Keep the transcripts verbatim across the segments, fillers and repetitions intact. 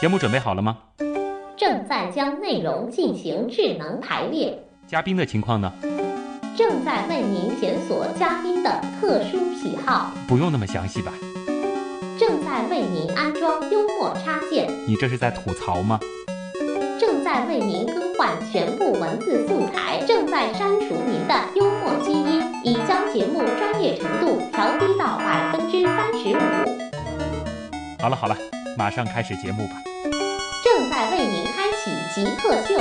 节目准备好了吗？ 正在将内容进行智能排列。 嘉宾的情况呢？ 正在为您检索嘉宾的特殊喜好。 不用那么详细吧？ 正在为您安装幽默插件。 你这是在吐槽吗？ 正在为您更换全部文字素材。正在删除您的幽默基因，已将节目专业程度调低到百分之三十五。 好了好了，马上开始节目吧。 正在为您开启极客秀。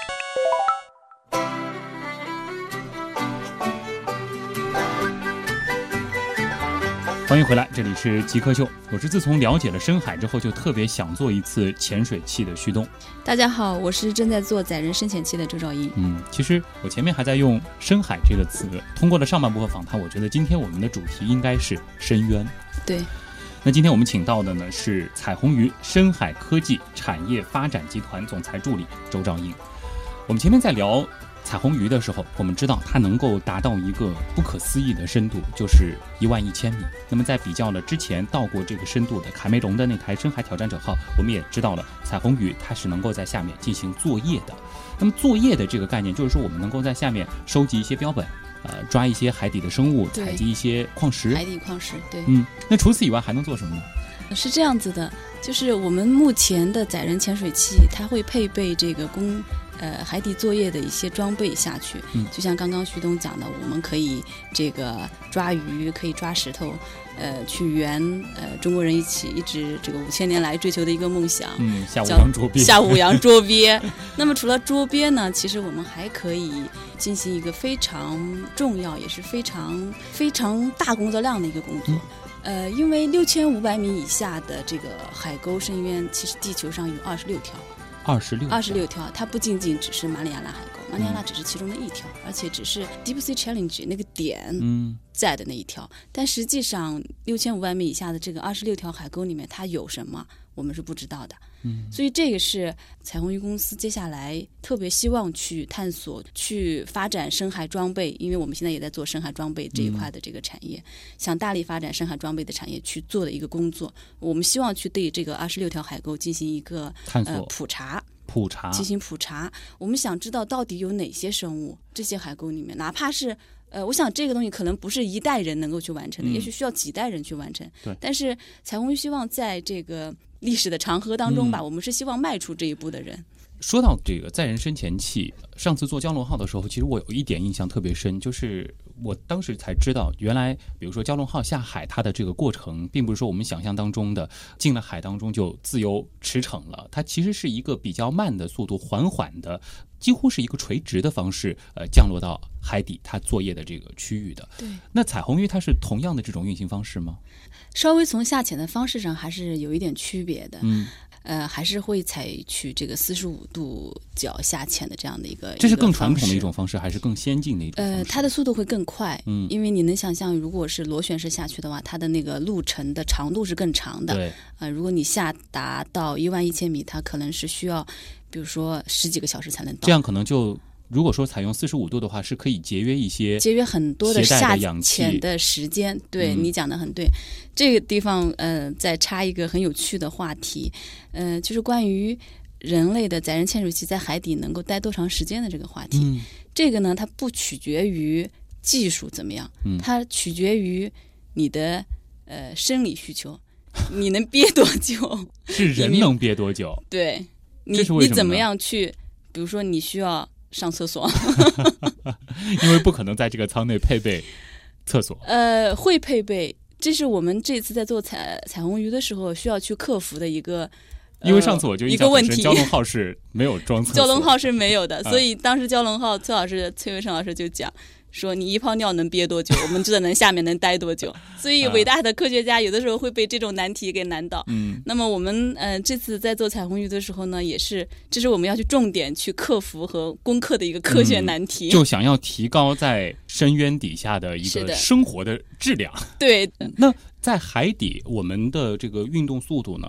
欢迎回来，这里是极客秀。我是自从了解了深海之后，就特别想做一次潜水器的旭东。 大家好，我是正在做载人深潜器的周兆英。 嗯，其实我前面还在用深海这个词，通过了上半部分访谈，我觉得今天我们的主题应该是深渊。 对。 那今天我们请到的呢是彩虹鱼深海科技产业发展集团总裁助理周兆英。我们前面在聊彩虹鱼的时候，我们知道它能够达到一个不可思议的深度，就是一万一千米。那么在比较了之前到过这个深度的凯梅隆的那台深海挑战者号，我们也知道了彩虹鱼它是能够在下面进行作业的。那么作业的这个概念，就是说我们能够在下面收集一些标本，呃，抓一些海底的生物，采集一些矿石。 海底矿石，对。 嗯，那除此以外还能做什么呢？ 是这样子的，就是我们目前的载人潜水器，它会配备这个供呃海底作业的一些装备下去。嗯，就像刚刚徐东讲的，我们可以这个抓鱼，可以抓石头，呃，去圆呃中国人一起一直这个五千年来追求的一个梦想。 嗯，下五洋捉鳖。 下五洋捉鳖。那么除了捉鳖呢，其实我们还可以进行一个非常重要，也是非常非常大工作量的一个工作。嗯呃，因为六千五百米以下的这个海沟深渊，其实地球上有二十六条， 二十六， 二十六条，它不仅仅只是马里亚纳海沟，马里亚纳只是其中的一条，嗯、而且只是 Deep Sea Challenge 那个点在的那一条，嗯、但实际上六千五百米以下的这个二十六条海沟里面，它有什么，我们是不知道的。嗯，所以这个是彩虹鱼公司接下来特别希望去探索、去发展深海装备，因为我们现在也在做深海装备这一块的这个产业，嗯、想大力发展深海装备的产业去做的一个工作。我们希望去对这个二十六条海沟进行一个探索、 呃、普查。 普查进行普查，我们想知道到底有哪些生物，这些海沟里面，哪怕是呃，我想这个东西可能不是一代人能够去完成的，嗯、也许需要几代人去完成。对，但是彩虹鱼希望在这个历史的长河当中吧，嗯、我们是希望迈出这一步的人。 说到这个载人深潜器，上次做蛟龙号的时候，其实我有一点印象特别深，就是我当时才知道，原来比如说蛟龙号下海，它的这个过程，并不是说我们想象当中的进了海当中就自由驰骋了，它其实是一个比较慢的速度，缓缓的，几乎是一个垂直的方式，呃，降落到海底它作业的这个区域的。对，那彩虹鱼它是同样的这种运行方式吗？ 稍微从下潜的方式上还是有一点区别的。嗯。呃，还是会采取这个四十五度角下潜的这样的一个， 这是更传统的一种方式，还是更先进的一种方式？ 呃，它的速度会更快，嗯，因为你能想象，如果是螺旋式下去的话，它的那个路程的长度是更长的。对，呃，如果你下达到一万一千米，它可能是需要，比如说十几个小时才能到。 这样可能就。如果说采用四十五度的话，是可以节约一些节约很多的下潜的时间。对、嗯、你讲的很对，这个地方呃，再插一个很有趣的话题，呃，就是关于人类的载人潜水器在海底能够待多长时间的这个话题。嗯、这个呢，它不取决于技术怎么样，嗯、它取决于你的呃生理需求，你能憋多久？ 是人能憋多久？ 对，你你怎么样去？比如说，你需要。上厕所因为不可能在这个舱内配备厕所。 呃，会配备，这是我们这次在做彩彩虹鱼的时候需要去克服的一个。 因为上次我就一个问题， 蛟龙号是没有装厕所， 蛟龙号是没有的，所以当时蛟龙号崔老师崔维胜老师就讲说，你一泡尿能憋多久，我们就在能下面能待多久。所以伟大的科学家有的时候会被这种难题给难倒。嗯，那么我们呃这次在做彩虹鱼的时候呢，也是这是我们要去重点去克服和攻克的一个科学难题， 嗯、就想要提高在深渊底下的一个生活的质量。 对， 那在海底我们的这个运动速度呢？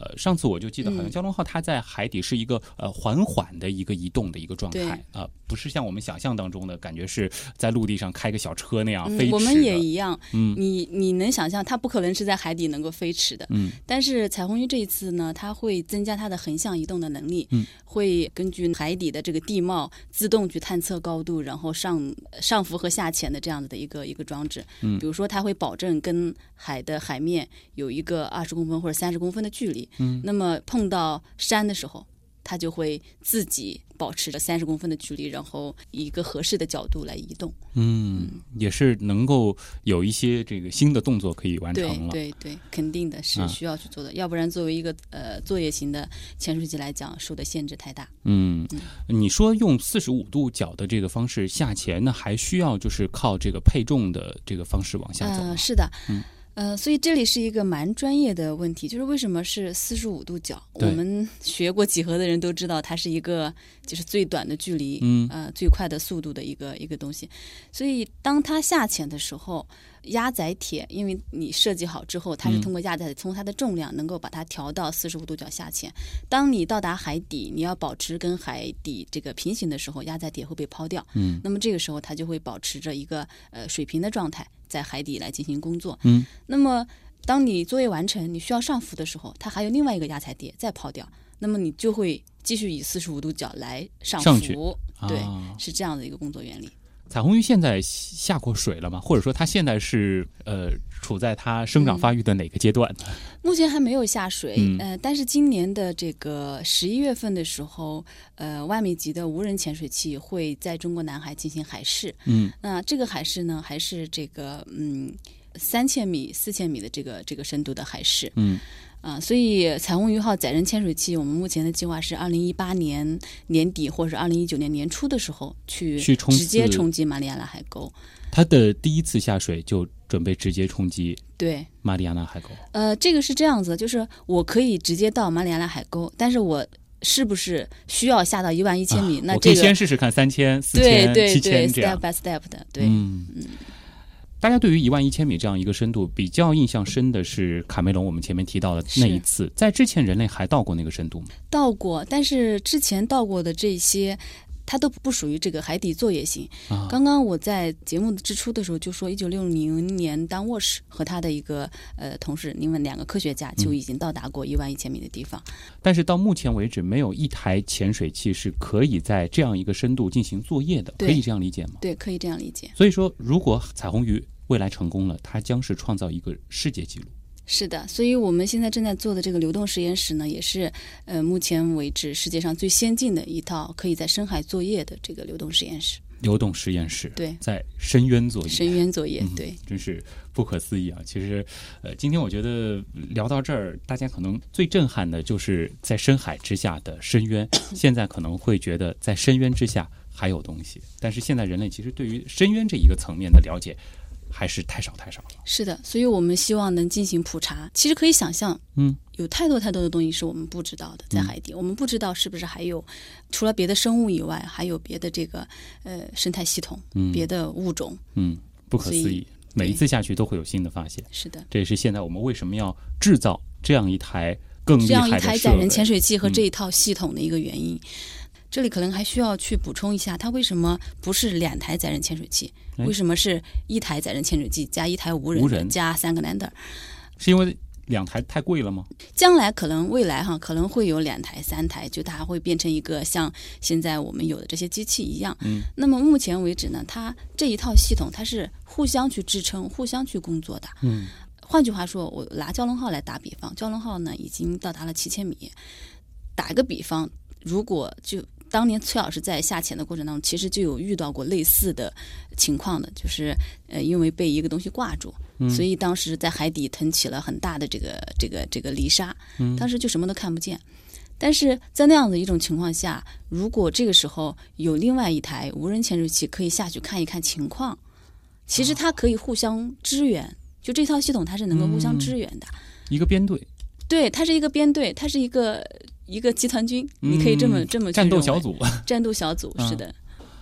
呃，上次我就记得好像蛟龙号它在海底是一个呃缓缓的一个移动的一个状态啊、呃，不是像我们想象当中的感觉是在陆地上开个小车那样飞驰的、嗯。 我们也一样，嗯，你你能想象它不可能是在海底能够飞驰的，嗯。但是彩虹鱼这一次呢，它会增加它的横向移动的能力，嗯，会根据海底的这个地貌自动去探测高度，然后上上浮和下潜的这样子的一个一个装置，嗯，比如说它会保证跟海的海面有一个二十公分或者三十公分的距离，嗯，那么碰到山的时候，它就会自己保持着三十公分的距离，然后以一个合适的角度来移动。嗯， 也是能够有一些这个新的动作可以完成了。 对对对，肯定的是需要去做的，啊、要不然作为一个呃作业型的潜水机来讲，受的限制太大。 嗯，嗯你说用四十五度角的这个方式下潜，那还需要就是靠这个配重的这个方式往下走吗？ 呃、是的。 嗯。 呃，所以这里是一个蛮专业的问题，就是为什么是四十五度角？我们学过几何的人都知道，它是一个就是最短的距离，嗯，呃，最快的速度的一个一个东西。所以当它下潜的时候，压载铁，因为你设计好之后，它是通过压载铁从它的重量能够把它调到四十五度角下潜。当你到达海底，你要保持跟海底这个平行的时候，压载铁会被抛掉，嗯，那么这个时候它就会保持着一个呃水平的状态。在海底来进行工作，嗯，那么当你作业完成，你需要上浮的时候，它还有另外一个压载碟再抛掉，那么你就会继续以四十五度角来上浮， 上去对、 啊， 是这样的一个工作原理。 彩虹鱼现在下过水了吗？或者说它现在是呃处在它生长发育的哪个阶段？嗯、 目前还没有下水，嗯、呃，但是今年的这个十一月份的时候，呃，万米级的无人潜水器会在中国南海进行海试，嗯，那这个海试呢，还是这个嗯三千米、四千米的这个这个深度的海试，嗯。啊，所以彩虹鱼号载人潜水器，我们目前的计划是二零一八年年底或者是二零一九年年初的时候去直接冲击马里亚纳海沟。 它的第一次下水就准备直接冲击对马里亚纳海沟。 呃，这个是这样子，就是我可以直接到马里亚纳海沟，但是我是不是需要下到一万一千米？啊、那这个、 我可以先试试看三千、四千、七千这样 ，step by step 的，对， 嗯嗯。大家对于一万一千米这样一个深度比较印象深的是卡梅隆，我们前面提到的那一次，在之前人类还到过那个深度吗？ 到过，但是之前到过的这些它都不属于这个海底作业型、啊、刚刚我在节目之初的时候就说一九六零年当沃什和他的一个呃同事，你们两个科学家就已经到达过一万一千米的地方、嗯、 但是到目前为止没有一台潜水器是可以在这样一个深度进行作业的，可以这样理解吗？ 对，可以这样理解。 所以说如果彩虹鱼未来成功了，它将是创造一个世界纪录。 是的，所以我们现在正在做的这个流动实验室呢，也是呃目前为止世界上最先进的一套可以在深海作业的这个流动实验室。 流动实验室， 对， 在深渊作业， 深渊作业，对、 嗯，真是不可思议啊！其实，呃，今天我觉得聊到这儿，大家可能最震撼的就是在深海之下的深渊。现在可能会觉得在深渊之下还有东西，但是现在人类其实对于深渊这一个层面的了解还是太少太少了。 是的，所以我们希望能进行普查。其实可以想象，嗯，有太多太多的东西是我们不知道的，在海底、嗯、我们不知道是不是还有除了别的生物以外，还有别的这个呃生态系统、嗯、别的物种。嗯， 不可思议，每一次下去都会有新的发现。 是的， 这也是现在我们为什么要制造这样一台更厉害的设备， 这样一台载人潜水器和这一套系统的一个原因。嗯，这里可能还需要去补充一下，它为什么不是两台载人潜水器？为什么是一台载人潜水器加一台无人的无人加三个 lander？ 是因为两台太贵了吗？ 将来可能未来哈可能会有两台、三台，就它会变成一个像现在我们有的这些机器一样。嗯。那么目前为止呢，它这一套系统它是互相去支撑、互相去工作的。嗯。换句话说，我拿蛟龙号来打比方，蛟龙号呢已经到达了七千米。打一个比方，如果就当年崔老师在下潜的过程当中，其实就有遇到过类似的情况的，就是呃，因为被一个东西挂住，嗯、所以当时在海底腾起了很大的这个这个这个离沙，当时就什么都看不见。但是在那样的一种情况下，如果这个时候有另外一台无人潜水器可以下去看一看情况，其实它可以互相支援，哦、就这套系统它是能够互相支援的。嗯、 一个编队， 对，它是一个编队，它是一个。一个集团军，你可以这么、嗯、这么去战斗小组， 战斗小组、嗯、是的。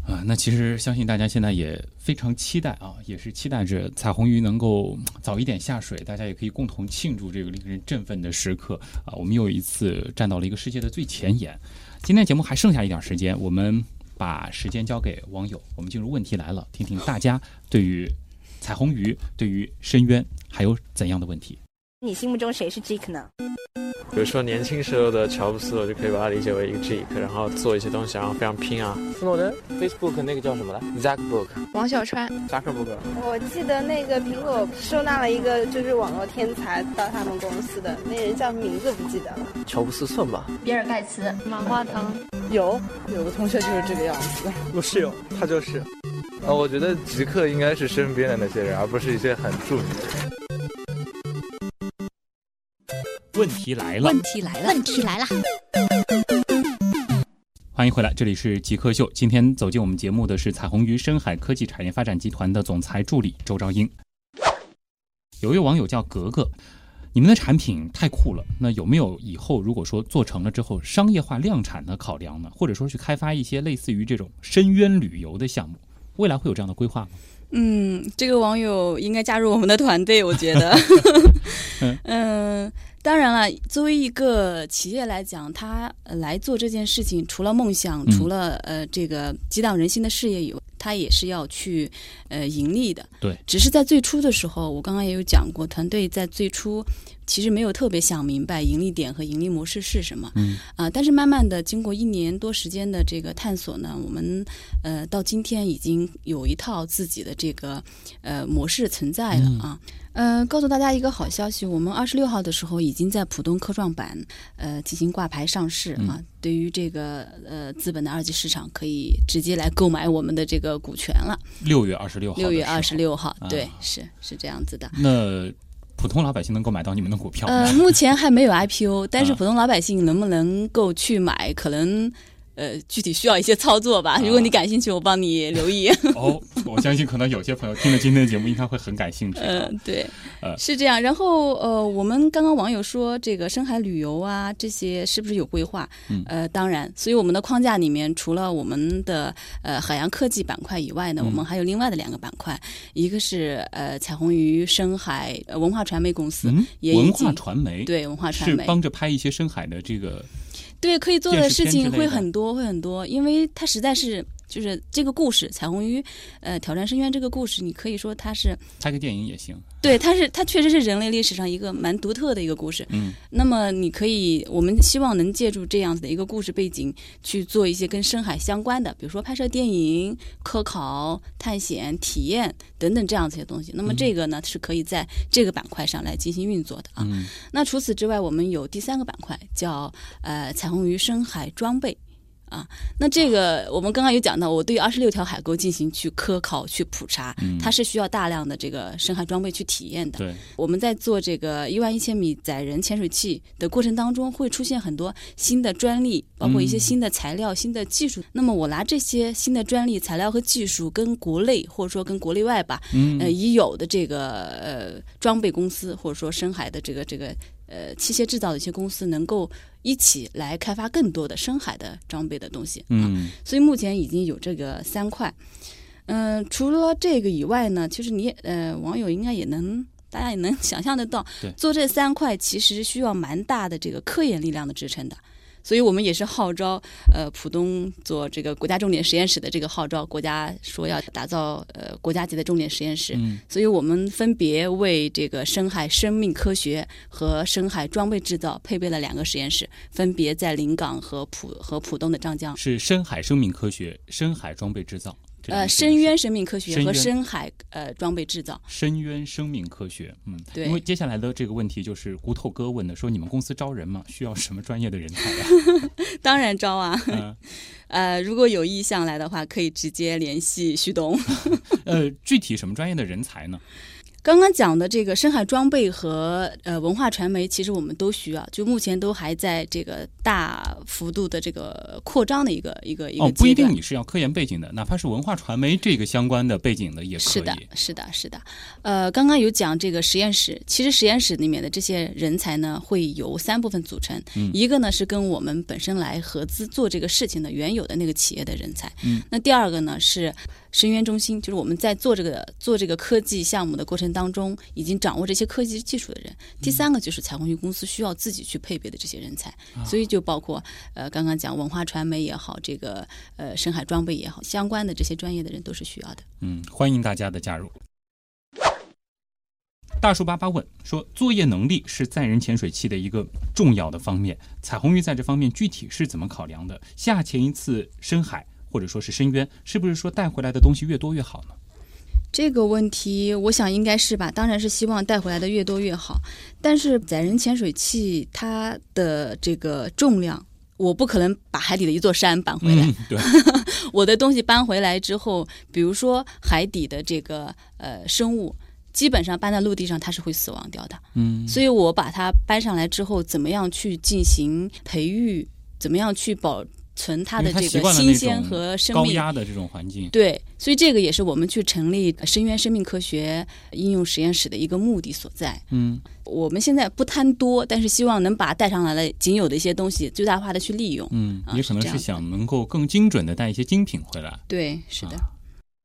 啊，那其实相信大家现在也非常期待啊，也是期待着彩虹鱼能够早一点下水，大家也可以共同庆祝这个令人振奋的时刻啊！我们又一次站到了一个世界的最前沿。今天节目还剩下一点时间，我们把时间交给网友，我们进入问题来了，听听大家对于彩虹鱼、对于深渊还有怎样的问题。 你心目中谁是 Geek 呢？ 比如说年轻时候的乔布斯，我就可以把它理解为一个 Geek， 然后做一些东西，然后非常拼啊。 斯诺登 ，Facebook 那个叫什么来 ？Zuckerberg， 王小川， 扎克伯格。 我记得那个苹果收纳了一个就是网络天才到他们公司的那人叫名字不记得了。 乔布斯算吧。 比尔盖茨，马化腾。 有有个同学就是这个样子。 我室友他就是。呃，我觉得极客应该是身边的那些人，而不是一些很著名的人。 问题来了， 问题来了， 问题来了！ 欢迎回来，这里是极客秀。今天走进我们节目的是彩虹鱼深海科技产业发展集团的总裁助理周兆英。有一位网友叫格格，你们的产品太酷了，那有没有以后如果说做成了之后商业化量产的考量呢？或者说去开发一些类似于这种深渊旅游的项目，未来会有这样的规划吗？ 嗯，这个网友应该加入我们的团队，我觉得。嗯、呃，当然了，作为一个企业来讲，他来做这件事情，除了梦想， 嗯、 除了呃这个激荡人心的事业以外，他也是要去呃盈利的。 对， 只是在最初的时候，我刚刚也有讲过，团队在最初其实没有特别想明白盈利点和盈利模式是什么。 嗯啊、呃，但是慢慢的经过一年多时间的这个探索呢，我们呃到今天已经有一套自己的这个呃模式存在了啊。嗯呃，告诉大家一个好消息，我们二十六号的时候已经在浦东科创板呃进行挂牌上市啊。嗯、对于这个呃资本的二级市场，可以直接来购买我们的这个股权了。 六月二十六号。 六月二十六号， 啊、 对，是是这样子的。 那普通老百姓能够买到你们的股票吗？ 呃，目前还没有 I P O， 但是普通老百姓能不能够去买，可能。呃，具体需要一些操作吧。如果你感兴趣，我帮你留意。 哦，我相信可能有些朋友听了今天的节目，应该会很感兴趣。 嗯、呃，对， 呃， 是这样。然后呃，我们刚刚网友说这个深海旅游啊，这些是不是有规划？ 嗯， 呃，当然。所以我们的框架里面，除了我们的呃海洋科技板块以外呢， 嗯、 我们还有另外的两个板块，一个是呃彩虹鱼深海文化传媒公司， 嗯、 也已经文化传媒对文化传媒是帮着拍一些深海的这个。 对，可以做的事情会很多，会很多，因为它实在是就是这个故事，彩虹鱼，呃，挑战深渊这个故事，你可以说它是拍个电影也行。 对，它是它确实是人类历史上一个蛮独特的一个故事。 嗯， 那么你可以，我们希望能借助这样子的一个故事背景去做一些跟深海相关的，比如说拍摄电影、科考、探险、体验等等这样子的东西。那么这个呢、嗯、是可以在这个板块上来进行运作的啊。 嗯， 那除此之外，我们有第三个板块叫呃彩虹鱼深海装备。啊，那这个我们刚刚有讲到，我对二十六条海沟进行去科考、去普查， 嗯、 它是需要大量的这个深海装备去体验的。 对， 我们在做这个一万一千米载人潜水器的过程当中，会出现很多新的专利，包括一些新的材料、嗯、新的技术。那么我拿这些新的专利、材料和技术，跟国内或者说跟国内外吧， 嗯、 呃，已有的这个呃装备公司，或者说深海的这个这个。呃，器械制造的一些公司能够一起来开发更多的深海的装备的东西， 嗯， 啊、所以目前已经有这个三块。嗯、呃，除了这个以外呢，其实你呃网友应该也能，大家也能想象得到，做这三块其实需要蛮大的这个科研力量的支撑的。所以我们也是号召，呃，浦东做这个国家重点实验室的这个号召，国家说要打造呃国家级的重点实验室， 嗯， 所以我们分别为这个深海生命科学和深海装备制造配备了两个实验室，分别在临港和浦和浦东的张江。 是深海生命科学、深海装备制造。 呃，深渊生命科学和深海呃装备制造。 深渊生命科学，嗯， 对。 因为接下来的这个问题就是骨头哥问的，说你们公司招人吗？需要什么专业的人才呀？ 当然招啊。 嗯、 呃，如果有意向来的话，可以直接联系徐东。 呃，具体什么专业的人才呢？ 刚刚讲的这个深海装备和呃文化传媒，其实我们都需要，就目前都还在这个大幅度的这个扩张的一个一个一个阶段。 哦，不一定你是要科研背景的，哪怕是文化传媒这个相关的背景的也可以。 是的，是的，是的。呃，刚刚有讲这个实验室，其实实验室里面的这些人才呢，会由三部分组成。嗯，一个呢是跟我们本身来合资做这个事情的原有的那个企业的人才。嗯，那第二个呢是深渊中心，就是我们在做这个做这个科技项目的过程当中，已经掌握这些科技技术的人。第三个就是彩虹鱼公司需要自己去配备的这些人才，嗯、所以就包括呃刚刚讲文化传媒也好，这个呃深海装备也好，相关的这些专业的人都是需要的。 嗯，欢迎大家的加入。大树巴巴问说，作业能力是载人潜水器的一个重要的方面，彩虹鱼在这方面具体是怎么考量的？下潜一次深海或者说是深渊，是不是说带回来的东西越多越好呢？ 这个问题我想应该是吧，当然是希望带回来的越多越好，但是载人潜水器它的这个重量，我不可能把海底的一座山搬回来。嗯、对，我的东西搬回来之后，比如说海底的这个呃生物，基本上搬在陆地上它是会死亡掉的。嗯，所以我把它搬上来之后，怎么样去进行培育，怎么样去保存它的这个新鲜和生命， 高压的这种环境。 对，所以这个也是我们去成立深渊生命科学应用实验室的一个目的所在。嗯，我们现在不贪多，但是希望能把带上来的仅有的一些东西最大化的去利用。 嗯，也可能是想能够更精准的带一些精品回来。 对，是的。啊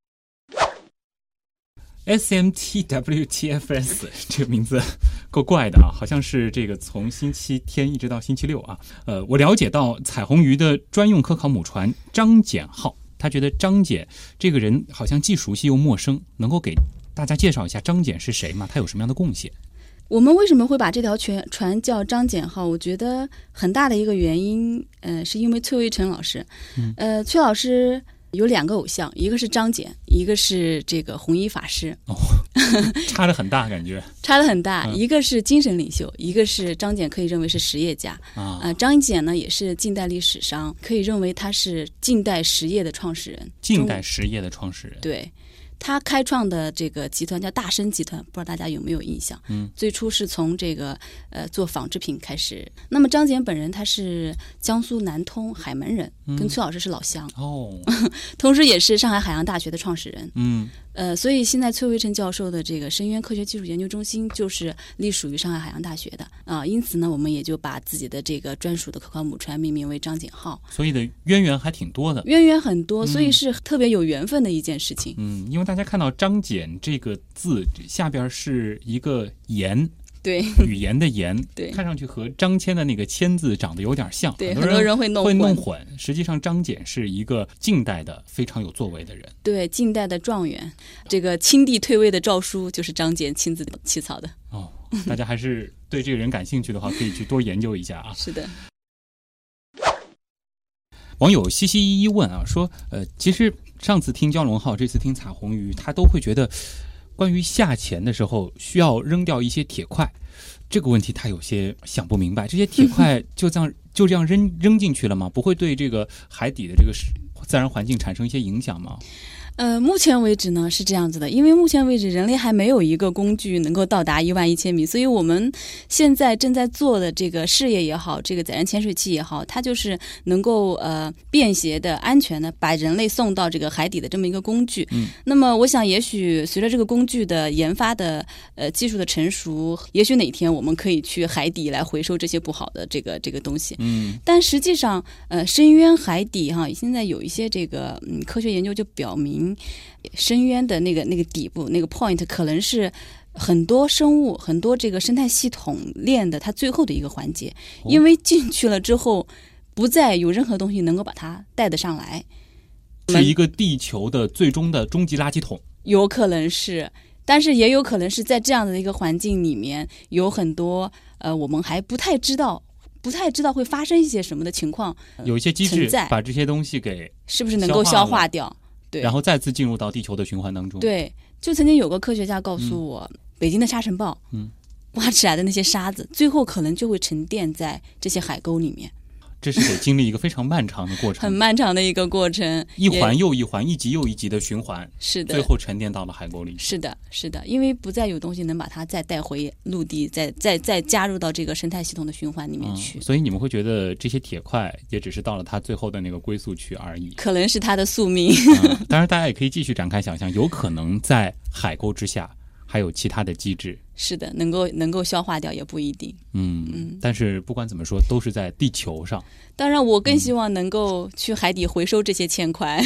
S M T W T F S 这个名字够怪的啊，好像是这个从星期天一直到星期六啊。呃，我了解到彩虹鱼的专用科考母船张简号，他觉得张简这个人好像既熟悉又陌生，能够给大家介绍一下张简是谁吗？他有什么样的贡献？ 我们为什么会把这条船叫张简号？我觉得很大的一个原因，呃，是因为崔维成老师。嗯、呃，崔老师有两个偶像，一个是张简，一个是这个弘一法师。哦， 差得很大，感觉差得很大、嗯。一个是精神领袖，一个是张简可以认为是实业家啊、呃。张简呢，也是近代历史上可以认为他是近代实业的创始人。 近代实业的创始人， 对。他开创的这个集团叫大生集团，不知道大家有没有印象？嗯，最初是从这个呃做纺织品开始。那么张简本人他是江苏南通海门人，嗯、跟崔老师是老乡哦，同时也是上海海洋大学的创始人。嗯。呃，所以现在崔维成教授的这个深渊科学技术研究中心就是隶属于上海海洋大学的啊、呃，因此呢，我们也就把自己的这个专属的科考母船命名为张简号。 所以的渊源还挺多的， 渊源很多，所以是特别有缘分的一件事情。 嗯，因为大家看到张简这个字下边是一个言。 对， 语言的言， 对， 看上去和张骞的那个骞字长得有点像， 对， 很多人会弄会弄混。实际上，张简是一个近代的非常有作为的人， 对，近代的状元。这个清帝退位的诏书就是张简亲自起草的。 哦，大家还是对这个人感兴趣的话，可以去多研究一下啊。 是的。 网友西西一一问啊，说，呃，其实上次听蛟龙号，这次听彩虹鱼，他都会觉得。关于下潜的时候需要扔掉一些铁块，这个问题他有些想不明白。这些铁块就这样就这样扔扔进去了吗？不会对这个海底的这个自然环境产生一些影响吗？ 呃，目前为止呢是这样子的，因为目前为止人类还没有一个工具能够到达一万一千米，所以我们现在正在做的这个事业也好，这个载人潜水器也好，它就是能够呃便携的、安全的把人类送到这个海底的这么一个工具。嗯，那么我想，也许随着这个工具的研发的呃技术的成熟，也许哪天我们可以去海底来回收这些不好的这个这个东西。嗯，但实际上，呃，深渊海底哈，现在有一些这个嗯科学研究就表明。深渊的那个那个底部那个 point 可能是很多生物很多这个生态系统链的它最后的一个环节，因为进去了之后不再有任何东西能够把它带得上来， 是一个地球的最终的终极垃圾桶。 有可能是，但是也有可能是在这样的一个环境里面有很多呃我们还不太知道不太知道会发生一些什么的情况， 有一些机制把这些东西给是不是能够消化掉，对， 然后再次进入到地球的循环当中。 对，就曾经有个科学家告诉我，嗯、北京的沙尘暴，嗯，挖起来的那些沙子，最后可能就会沉淀在这些海沟里面。 这是得经历一个非常漫长的过程， 很漫长的一个过程， 一环又一环，一级又一级的循环， 是的， 最后沉淀到了海沟里。 是的，是的，因为不再有东西能把它再带回陆地，再再再加入到这个生态系统的循环里面去、 嗯。所以你们会觉得这些铁块也只是到了它最后的那个归宿区而已， 可能是它的宿命。 嗯、当然，大家也可以继续展开想象，有可能在海沟之下还有其他的机制。 是的，能够能够消化掉也不一定。 嗯嗯，但是不管怎么说，都是在地球上。 当然，我更希望能够去海底回收这些铅块。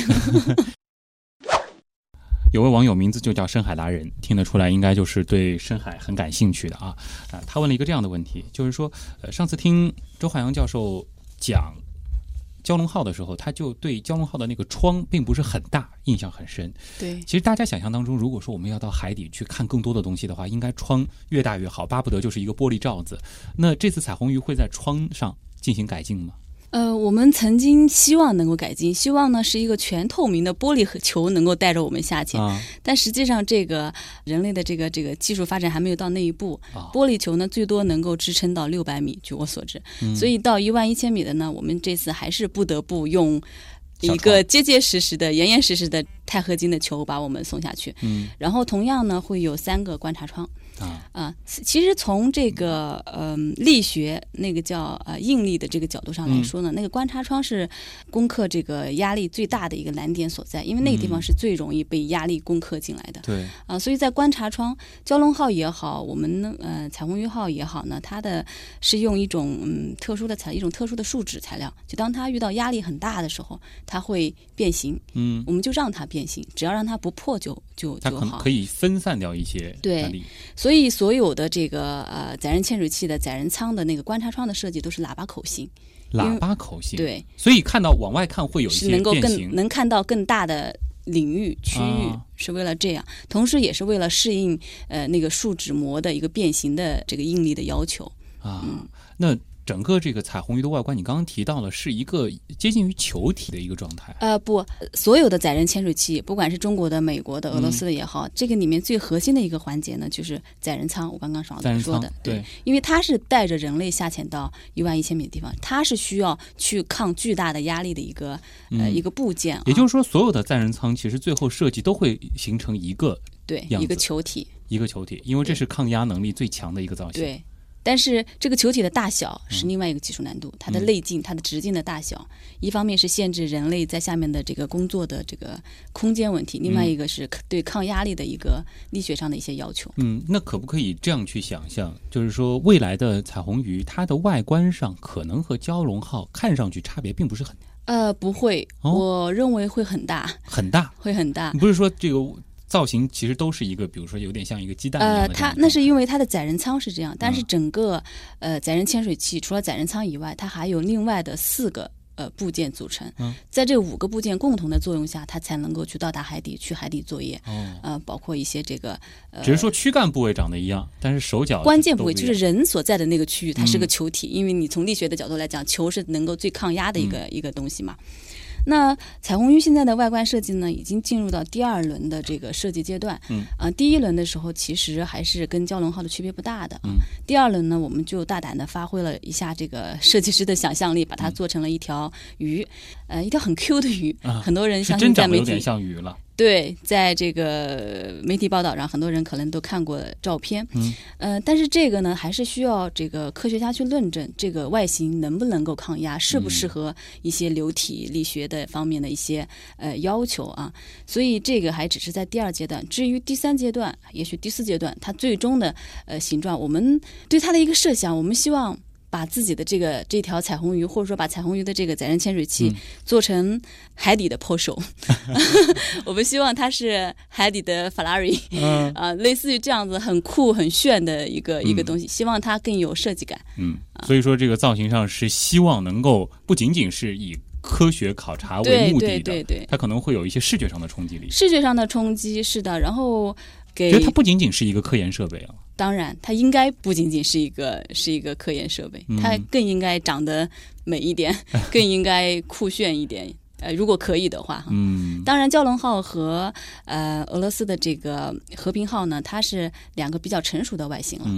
有位网友名字就叫深海达人，听得出来应该就是对深海很感兴趣的啊。啊，他问了一个这样的问题，就是说，呃，上次听周汉阳教授讲蛟龙号的时候，他就对蛟龙号的那个窗并不是很大印象很深。 对， 其实大家想象当中，如果说我们要到海底去看更多的东西的话，应该窗越大越好，巴不得就是一个玻璃罩子。那这次彩虹鱼会在窗上进行改进吗？ 呃，我们曾经希望能够改进，希望呢是一个全透明的玻璃球能够带着我们下潜、啊、但实际上这个人类的这个这个技术发展还没有到那一步、啊、玻璃球呢最多能够支撑到六百米，据我所知、嗯、所以到一万一千米的呢，我们这次还是不得不用一个结结实实的严严实实的钛合金的球把我们送下去。嗯，然后同样呢会有三个观察窗啊啊，其实从这个呃力学那个叫呃应力的这个角度上来说呢、嗯，那个观察窗是攻克这个压力最大的一个难点所在，因为那个地方是最容易被压力攻克进来的。对、嗯、啊，所以在观察窗，蛟龙号也好，我们呃彩虹鱼号也好呢，它的是用一种嗯特殊的材一种特殊的树脂材料，就当它遇到压力很大的时候，它会变形。嗯，我们就让它变形，只要让它不破就就就好。 它可可以分散掉一些压力。 对，所以所有的这个呃载人潜水器的载人舱的那个观察窗的设计都是喇叭口型。 喇叭口型。 对， 所以看到往外看会有一些是能够变形， 更能看到更大的领域区域、啊，是为了这样，同时也是为了适应呃那个树脂膜的一个变形的这个应力的要求啊。嗯、那整个这个彩虹鱼的外观，你刚刚提到了是一个接近于球体的一个状态。 呃，不，所有的载人潜水器，不管是中国的、美国的、俄罗斯的也好、嗯，这个里面最核心的一个环节呢，就是载人舱。我刚刚爽子说的，对，因为它是带着人类下潜到一万一千米的地方，它是需要去抗巨大的压力的一个、嗯、呃一个部件、啊。 也就是说，所有的载人舱其实最后设计都会形成一个对一个球体， 一个球体，因为这是抗压能力最强的一个造型。 对。但是这个球体的大小是另外一个技术难度，嗯、它的内径、它的直径的大小，一方面是限制人类在下面的这个工作的这个空间问题，另外一个是对抗压力的一个力学上的一些要求。 嗯，那可不可以这样去想象，就是说未来的彩虹鱼，它的外观上可能和蛟龙号看上去差别并不是很大？ 呃，不会、哦，我认为会很大， 很大， 会很大。 你不是说这个？造型其实都是一个，比如说有点像一个鸡蛋一样的。 呃，它那是因为它的载人舱是这样，但是整个、嗯、呃载人潜水器除了载人舱以外，它还有另外的四个呃部件组成。嗯，在这五个部件共同的作用下，它才能够去到达海底，去海底作业。哦，呃，包括一些这个呃， 只是说躯干部位长得一样，但是手脚关键部位就是人所在的那个区域，它是个球体、嗯，因为你从力学的角度来讲，球是能够最抗压的一个、嗯、一个东西嘛。那彩虹鱼现在的外观设计呢，已经进入到第二轮的这个设计阶段。嗯，啊、呃，第一轮的时候其实还是跟蛟龙号的区别不大的。嗯，第二轮呢，我们就大胆的发挥了一下这个设计师的想象力，把它做成了一条鱼，呃，一条很 Q 的鱼。啊、很多人相信在媒体是真长得有点像鱼了。 对，在这个媒体报道上，很多人可能都看过照片。嗯，呃，但是这个呢，还是需要这个科学家去论证这个外形能不能够抗压，适不适合一些流体力学的方面的一些呃要求啊。所以这个还只是在第二阶段。至于第三阶段，也许第四阶段，它最终的呃形状，我们对它的一个设想，我们希望把自己的这个这条彩虹鱼，或者说把彩虹鱼的这个载人潜水器做成海底的破手，嗯、我们希望它是海底的法拉利，嗯、啊，类似于这样子很酷很炫的一个、嗯、一个东西，希望它更有设计感。 嗯，所以说这个造型上是希望能够不仅仅是以科学考察为目的的， 对对对对， 它可能会有一些视觉上的冲击力。 视觉上的冲击是的，然后给觉得它不仅仅是一个科研设备了。 当然，它应该不仅仅是一个是一个科研设备，嗯、它更应该长得美一点，更应该酷炫一点。呃，如果可以的话，嗯，当然，蛟龙号和呃俄罗斯的这个和平号呢，它是两个比较成熟的外形了、嗯、啊。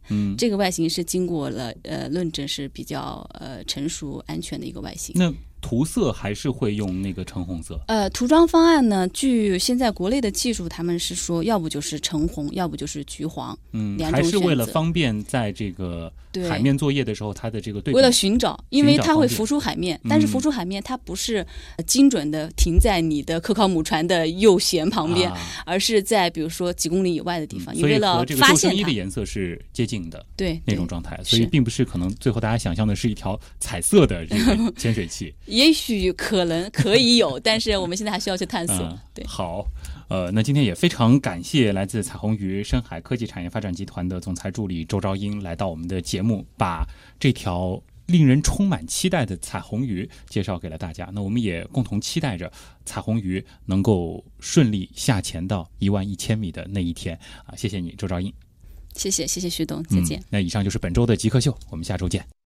嗯，这个外形是经过了呃论证是比较呃成熟安全的一个外形。 那涂色还是会用那个橙红色？ 呃，涂装方案呢，据现在国内的技术，他们是说，要不就是橙红，要不就是橘黄， 嗯， 两种选择。 还是为了方便在这个海面作业的时候，它的这个对比。 为了寻找，因为它会浮出海面，但是浮出海面它不是精准的停在你的科考母船的右舷旁边，啊、而是在比如说几公里以外的地方。你为了发现它， 所以和这个救生衣的颜色是接近的， 对那种状态，所以并不是可能最后大家想象的是一条彩色的这个潜水器。 也许可能可以有，但是我们现在还需要去探索。 嗯、 对， 好，呃，那今天也非常感谢来自彩虹鱼深海科技产业发展集团的总裁助理周昭英来到我们的节目，把这条令人充满期待的彩虹鱼介绍给了大家。那我们也共同期待着彩虹鱼能够顺利下潜到一万一千米的那一天啊！谢谢你，周昭英。 谢谢，谢谢徐董，再见。 嗯、那以上就是本周的极客秀，我们下周见。